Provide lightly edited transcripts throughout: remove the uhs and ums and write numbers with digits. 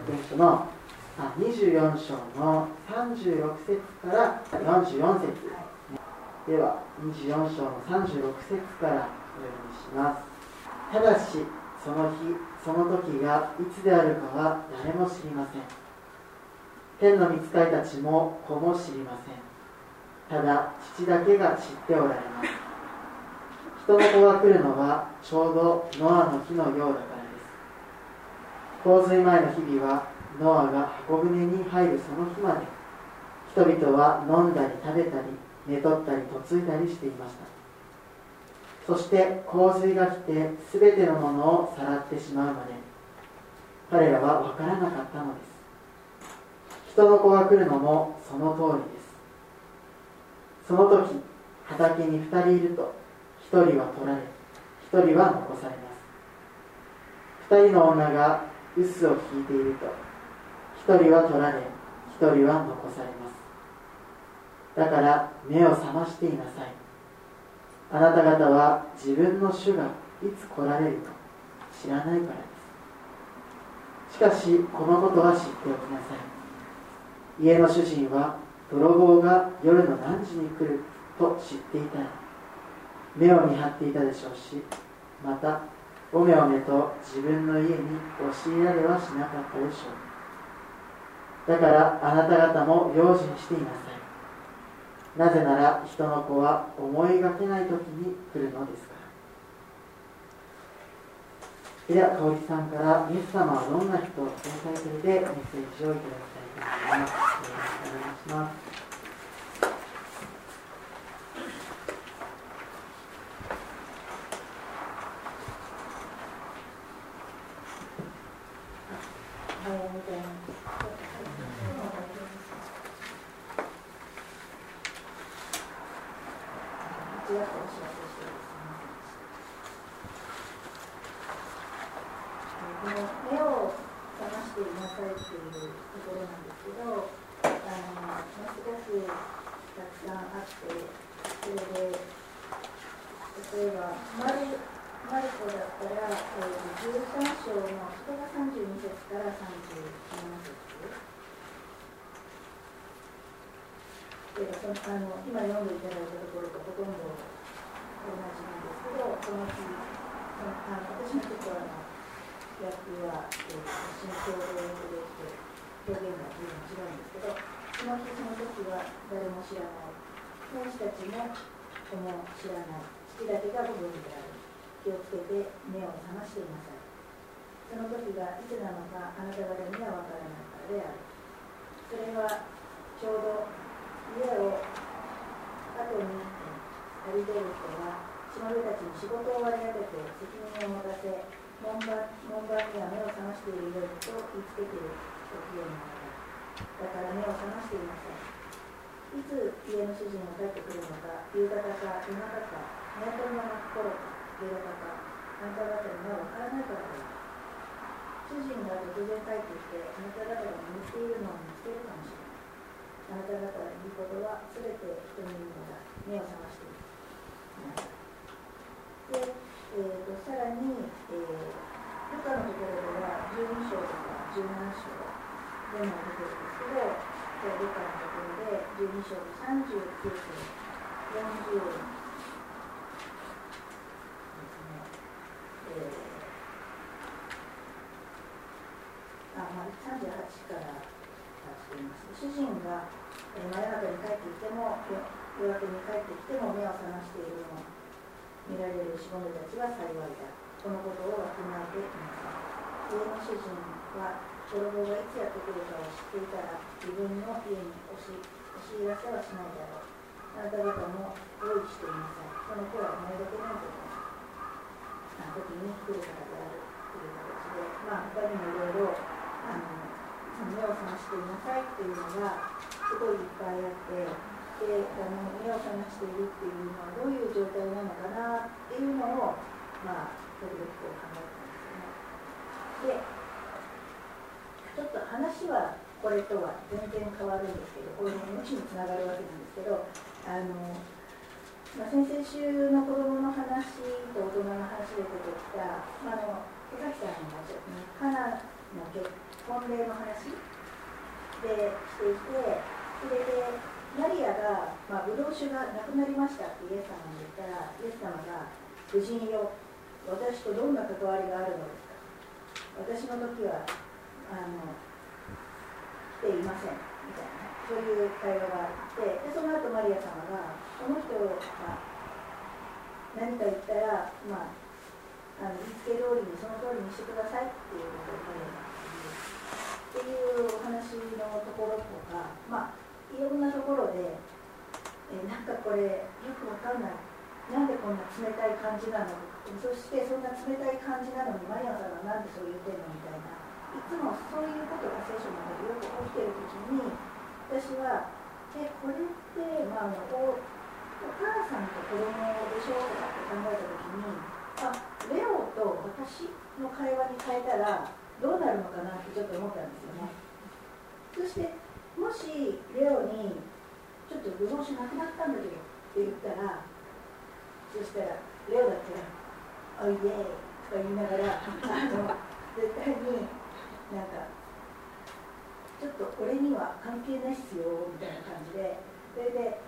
福音書の24章の36節から44節では、24章の36節からお読みします。ただしその日その時がいつであるかは誰も知りません。天の御使いたちも子も知りません。ただ父だけが知っておられます。人の子が来るのはちょうどノアの日のようだからです。洪水前の日々はノアが箱舟に入るその日まで、人々は飲んだり食べたり寝取ったり嫁いだりしていました。そして洪水が来てすべてのものをさらってしまうまで、彼らは分からなかったのです。人の子が来るのもその通りです。その時畑に2人いると、1人は取られ1人は残されます。2人の女が臼を引いていると、1人は取られ1人は残されます。だから目を覚ましていなさい。あなた方は自分の主がいつ来られるか知らないからです。しかしこのことは知っておきなさい。家の主人は泥棒が夜の何時に来ると知っていたら目を見張っていたでしょうし、またおめおめと自分の家に押し入られはしなかったでしょう。だからあなた方も用心していなさい。なぜなら人の子は思いがけない時に来るのですから。では香織さんからイエス様はどんな人というタイトルでメッセージをいただきたいと思います。よろしくお願いします。 今読んでいただいたところとほとんど同じなんですけど、その日、私のちょっと役は新共同英語で表現が随分違うんですけど、その日その時は誰も知らない、天使たちも子も知らない、父だけがご存知である。気をつけて目を覚ましていなさい。その時がいつなのかあなた方には分からないからである。それはちょうど家を後に借り出る人はしもべたちに仕事を割り当てて責任を持たせ、門番には目を覚ましているようにと言いつけている時ようになった。だから目を覚ましていなさい。いつ家の主人が帰ってくるのか、夕方か夜中か、港の鳴く頃か夕方か、あなた方には分からないからだ。主人が突然帰ってきてあなた方が眠っているのを見つけるかもしれない。あなた方の言うことはすべて人に言うのだ。目を覚ましている。で、さらに、ルカのところでは12章とか17章でも出てるんですけど、ルカのところで12章の39節、4038から主人が真夜中に帰ってきても夜明けに帰ってきても目を覚ましているのを見られるしもべたちは幸いだ。このことをわきまえています。家の主人は泥棒がいつやってくるかを知っていたら自分の家に押し入らせはしないだろう。あなた方も用意していなさい。この子は思いがけない時に来るからであるという形で、他にもいろいろ目を覚ましていなさいっていうのがすごいいっぱいあって、で目を覚ましているっていうのはどういう状態なのかなっていうのを時々考えてますね。でちょっと話はこれとは全然変わるんですけど、これも後につながるわけなんですけど、先々週の子どもの話と大人の話で出てきた、尾崎さんがカナの結婚礼の話でしていて、それでマリアが、ブドウ酒がなくなりましたってイエス様に言ったら、イエス様が、夫人よ、私とどんな関わりがあるのですか、私の時は来ていませんみたいな、そういう会話があって、でその後マリア様が、この人が何か言ったら、言いつけ通りにその通りにしてくださいっていうことをマリア様が言うっていうお話のところとか、いろんなところで、なんかこれよくわかんない、なんでこんな冷たい感じなの、そしてそんな冷たい感じなのにマリアさんがなんでそう言ってんのみたいな、いつもそういうことが聖書の中でよく起きてるときに、私はこれって、お母さんと子供でしょとかって考えたときに、レオと私の会話に変えたらどうなるのかなってちょっと思ったんですよね。そしてもしレオにちょっとブドウ酒なくなったんだけどって言ったら、そしたらレオだったら「おいでー」とか言いながら絶対になんかちょっと俺には関係ないっすよみたいな感じで、それで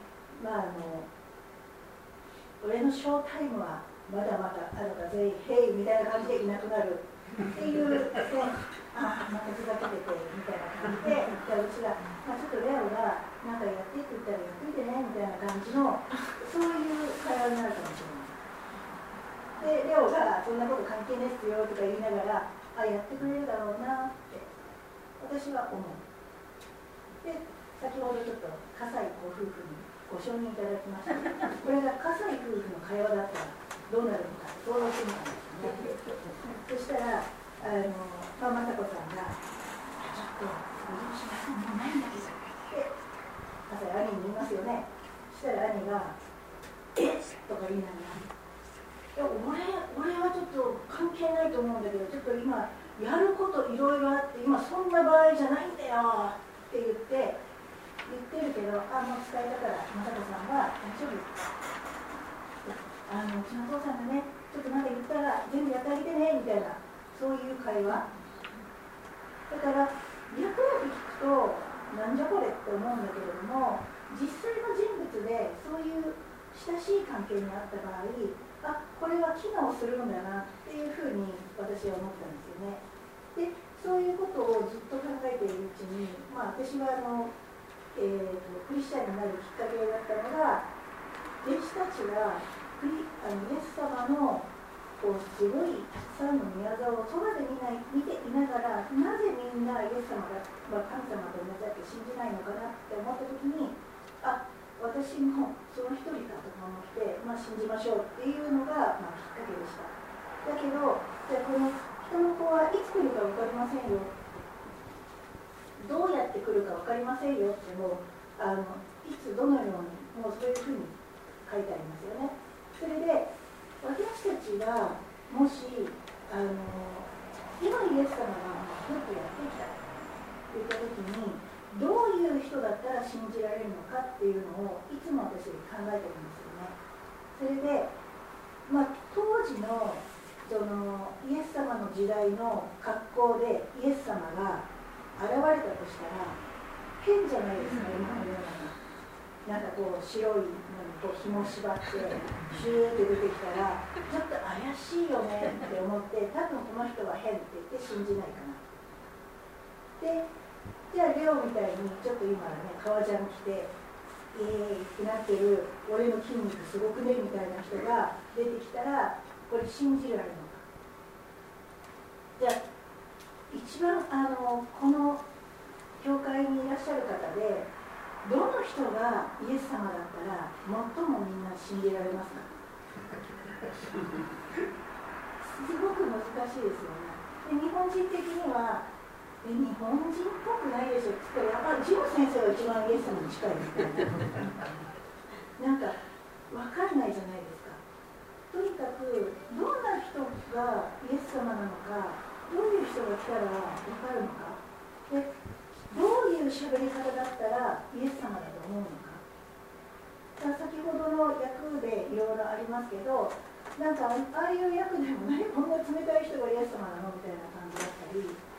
俺のショータイムはまだまだあるからぜひヘイみたいな感じでいなくなるっていうまたふざけててみたいな感じで、うちが、ちょっとレオがなんかやってって言ったらやってみてねみたいな感じの、そういう会話になるかもしれない。でレオがそんなこと関係ないっすよとか言いながら、やってくれるだろうなって私は思う。で先ほどちょっと葛西ご夫婦にご承認いただきました。これが葛西夫婦の会話だったらどうなるのか想像してみたんですよね。そしたら雅子さんがちょっとご両親がないんだけどって葛西兄に言いますよね。そしたら兄がえっとか言いながら、俺はちょっと関係ないと思うんだけど、ちょっと今やることいろいろあって今そんな場合じゃないんだよって言ってるけど、もう伝えたから雅子さんは大丈夫です、うちのお父さんがねちょっとなんか言ったら全部やってあげてねみたいな、そういう会話だから脈々聞くとなんじゃこれって思うんだけれども、実際の人物でそういう親しい関係にあった場合、これは機能するんだなっていうふうに私は思ったんですよね。でそういうことをずっと考えているうちに、私はクリスチャンになるきっかけだったのが、弟子たちがイエス様のすごいたくさんの宮沢をそばで見ていながら、なぜみんなイエス様が、神様と同じだって信じないのかなって思った時に、私もその一人だと思って、信じましょうっていうのが、きっかけでした。だけどじゃあこの人の子はいつ来るか分かりませんよ、どうやって来るか分かりませんよってもいつどのようにもうそういうふうに書いてありますよね。それで私たちがもし今イエス様がよくやってきたといった時にどういう人だったら信じられるのかっていうのをいつも私考えてるんですよね。それで、当時のそのイエス様の時代の格好でイエス様が現れたとしたら変じゃないですか、今のような。なんか白いのに紐縛ってシューって出てきたらちょっと怪しいよねって思って、多分この人は変って言って信じないかな。でじゃあレオみたいにちょっと今ね革ジャン着てってなってる俺の筋肉すごくねみたいな人が出てきたらこれ信じられるのか。じゃあ一番この教会にいらっしゃる方でどの人がイエス様だったら最もみんな信じられますか？すごく難しいですよね。で日本人的には日本人っぽくないでしょって言ったらジム先生が一番イエス様に近いみたいななんか分かんないじゃないですか。とにかくどんな人がイエス様なのか、どういう人が来たら分かるのか、でどういう喋り方だったらイエス様だと思うのか。先ほどの役でいろいろありますけど、ああいう役でもこんな冷たい人がイエス様なのみたいな感じだったり、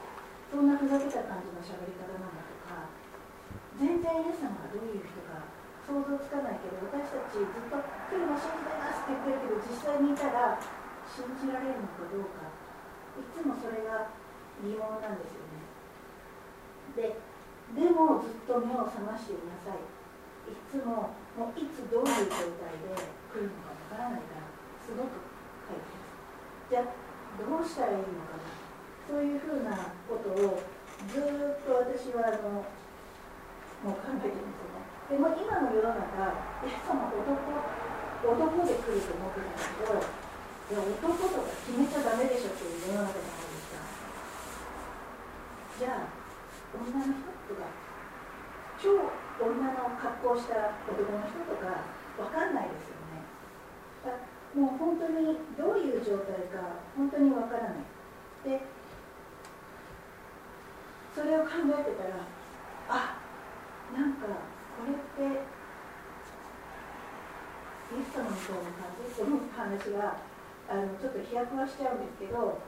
そんなふざけた感じの喋り方なんだとか、全然イエス様がどういう人か想像つかないけど、私たちずっと来るの信じてますって言ってるけど、実際にいたら信じられるのかどうか、いつもそれが疑問なんですよね。でもずっと目を覚ましていなさい。いつも、もういつどういう状態で来るのかわからないから、すごく書いてます。じゃあどうしたらいいのかな、そういうふうなことをずっと私はもう考えてるんですよね。でも今の世の中、イエス様男で来ると思ってたけど、いや男とか決めちゃダメでしょっていう世の中じゃないですか。じゃあ女の人とか超女の格好した男の人とか分かんないですよね。もう本当にどういう状態か本当に分からない。でそれを考えてたら、なんかこれってイエス様みたいな感じと思った話がちょっと飛躍はしちゃうんですけど、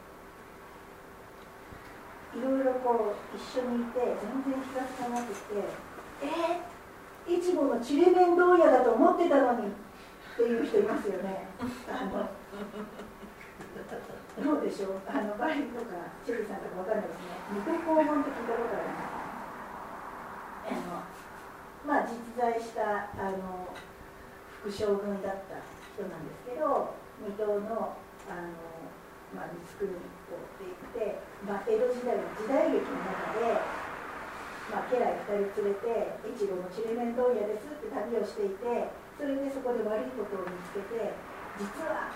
いろいろこう一緒にいて全然気がつかなくて、いちごのちりめん問屋だと思ってたのにっていう人いますよね。どうでしょう、バリとかチェリーさんとかわかんないですね。水戸黄門って聞いたことあります。実在した副将軍だった人なんですけど、水戸の光圀公って言って、江戸時代の時代劇の中で、家来2人連れて越後のちりめん問屋ですって旅をしていて、それでそこで悪いことを見つけて、実は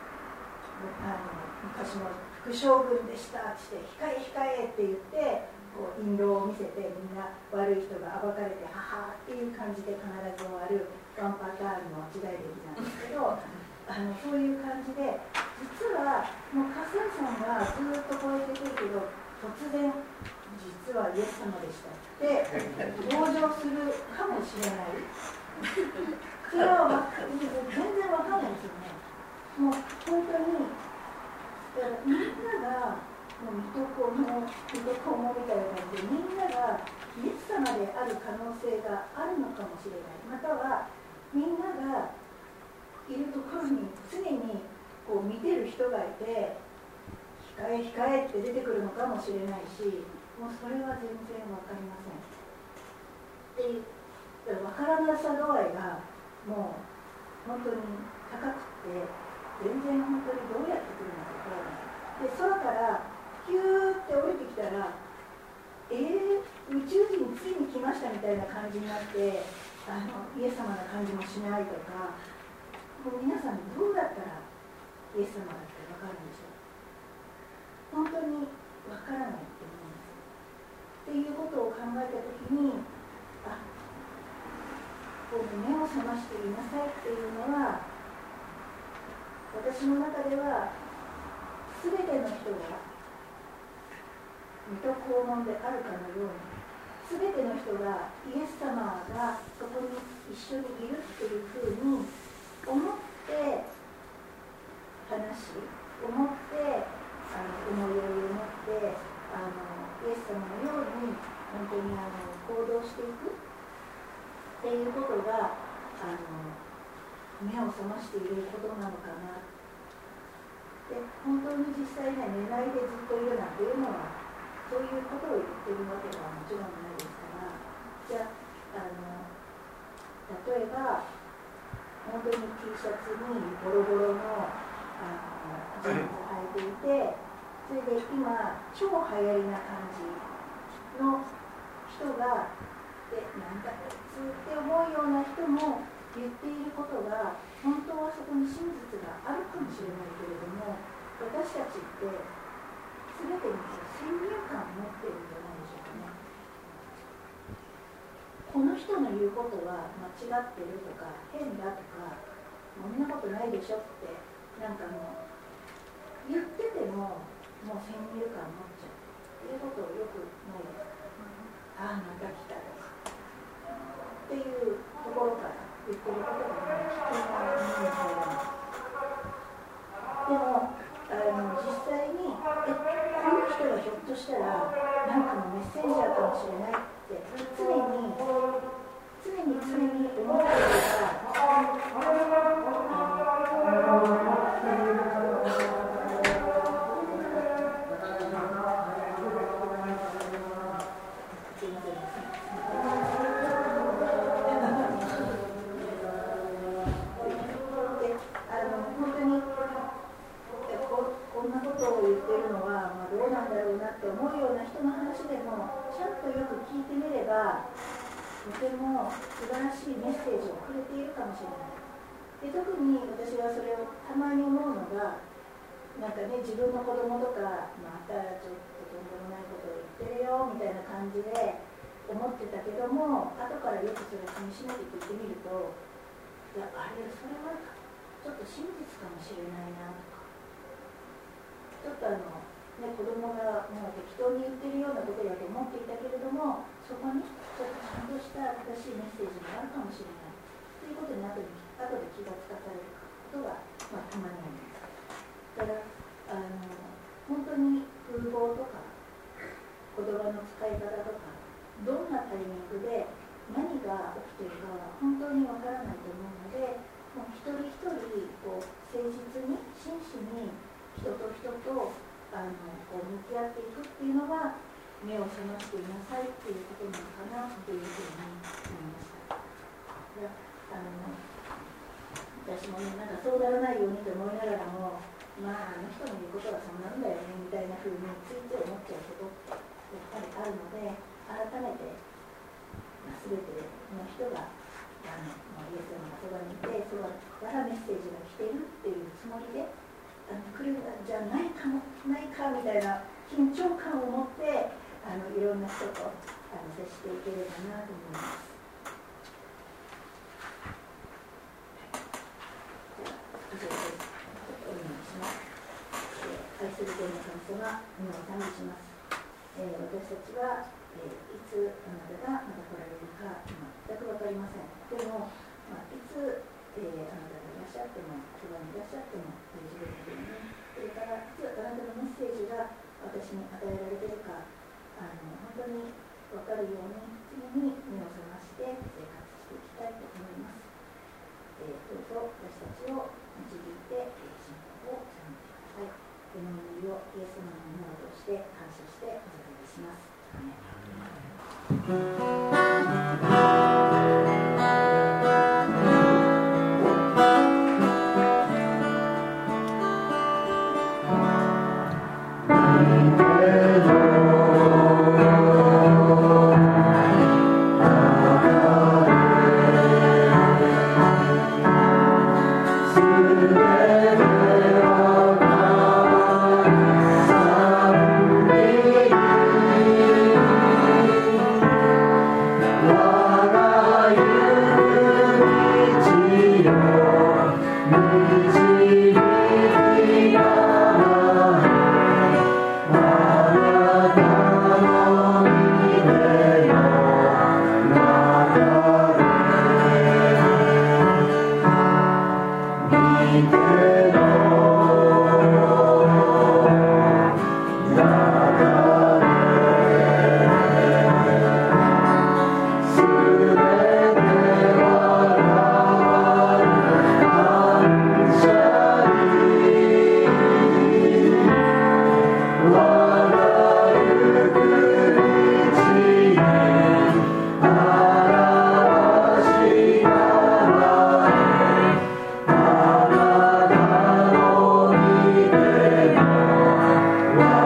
昔の副将軍でしたって控え控えって言ってこう印籠を見せて、みんな悪い人が暴かれてははっていう感じで必ず終わるワンパターンの時代劇なんですけど、そういう感じで、実はもう葛西さんがずっとこうやってくるけど、突然実はイエス様でしたって登場するかもしれない。それは全然わかんないですよね。もう本当にみんながもう水戸黄門みたいな感じで、みんながイエス様である可能性があるのかもしれない。またはみんながいるところに常にこう見てる人がいて、控え控えって出てくるのかもしれないし、もうそれは全然わかりません。で、わからなさ度合いがもう本当に高くて、全然本当にどうやってくるのかわからない。で、空からヒューって降りてきたら、宇宙人ついに来ましたみたいな感じになって、イエス様な感じもしないとか、もう皆さんどうだったらイエス様だって分かるんでしょう。本当に分からないって思うんです。っていうことを考えたときに、こう目を覚ましていなさいっていうのは、私の中では全ての人が水戸黄門であるかのように、全ての人がイエス様がそこに一緒にいるっていうふうに思って話し、思って思いやりを持ってイエス様のように本当に行動していくっていうことが目を覚ましていることなのかな。で、本当に実際ね、寝ないでずっといるなんていうのはそういうことを言ってるわけではもちろんないですから、じゃあ例えば本当に T シャツにボロボロのジーンズ履いていて、それで今超流行りな感じの人がなんだこいつって思うような人も言っていることが本当はそこに真実があるかもしれないけれども、私たちって全てに先入観を持っているんじゃないでしょうかね。この人の言うことは間違ってるとか変だとか、そんなことないでしょってなんかもう言っててももう先入観持っちゃうっていうことよくないですか。また来たとかっていうところから言ってることが危険な耳に入らない。でも実際にこの人はひょっとしたらなんれないって常に思っているこんなことを言ってるのは、どうなんだろうなって思うような人の話でもちゃんとよく聞いてみればとても素晴らしいメッセージをくれているかもしれない。で特に私はそれをたまに思うのがなんかね、自分の子供とかまたちょっととんでもないことを言ってるよみたいな感じで思ってたけども、後からよくそれを気にしなきゃ聞いてみると、いやあれそれはちょっと真実かもしれないなとか、ちょっとね、子供がもう適当に言ってるようなことだと思っていたけれども、そこにちょっとちゃんとした正しいメッセージがあるかもしれないということに後で気がつかされることが、たまにあります。だから本当に風貌とか言葉の使い方とかどんなタイミングで何が起きているかは本当にわからないと思うので、もう一人一人誠実に真摯に人と人と向き合っていくっていうのが目を覚ましていなさいっていうことなのかなというふうに思いました。私もね、なんかそうならないようにと思いながらも、あの人の言うことはそんなんだよねみたいなふうについつい思っちゃうことってやっぱりあるので、改めて、全ての人がイエス様がそばにいて、そばからメッセージが来ているっていうつもりで来るんじゃないかみたいな緊張感を持っていろんな人と接していければなと思います。以上です。お願いします。愛する天の神様、皆を賛美します。私たちはいつあなたがまた来られるか全く分かりません。でも、いつあなたがいらっしゃっても、そばにいらっしゃっても、自分の国に、それからいつあなたのメッセージが私に与えられているか、本当に分かるように、常に目を覚まして生活していきたいと思います。どうぞ私たちを導いて、信仰を貫いてください。この祈りをイエス様の名を通して感謝してお願いします。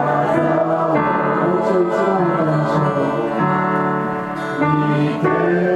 見て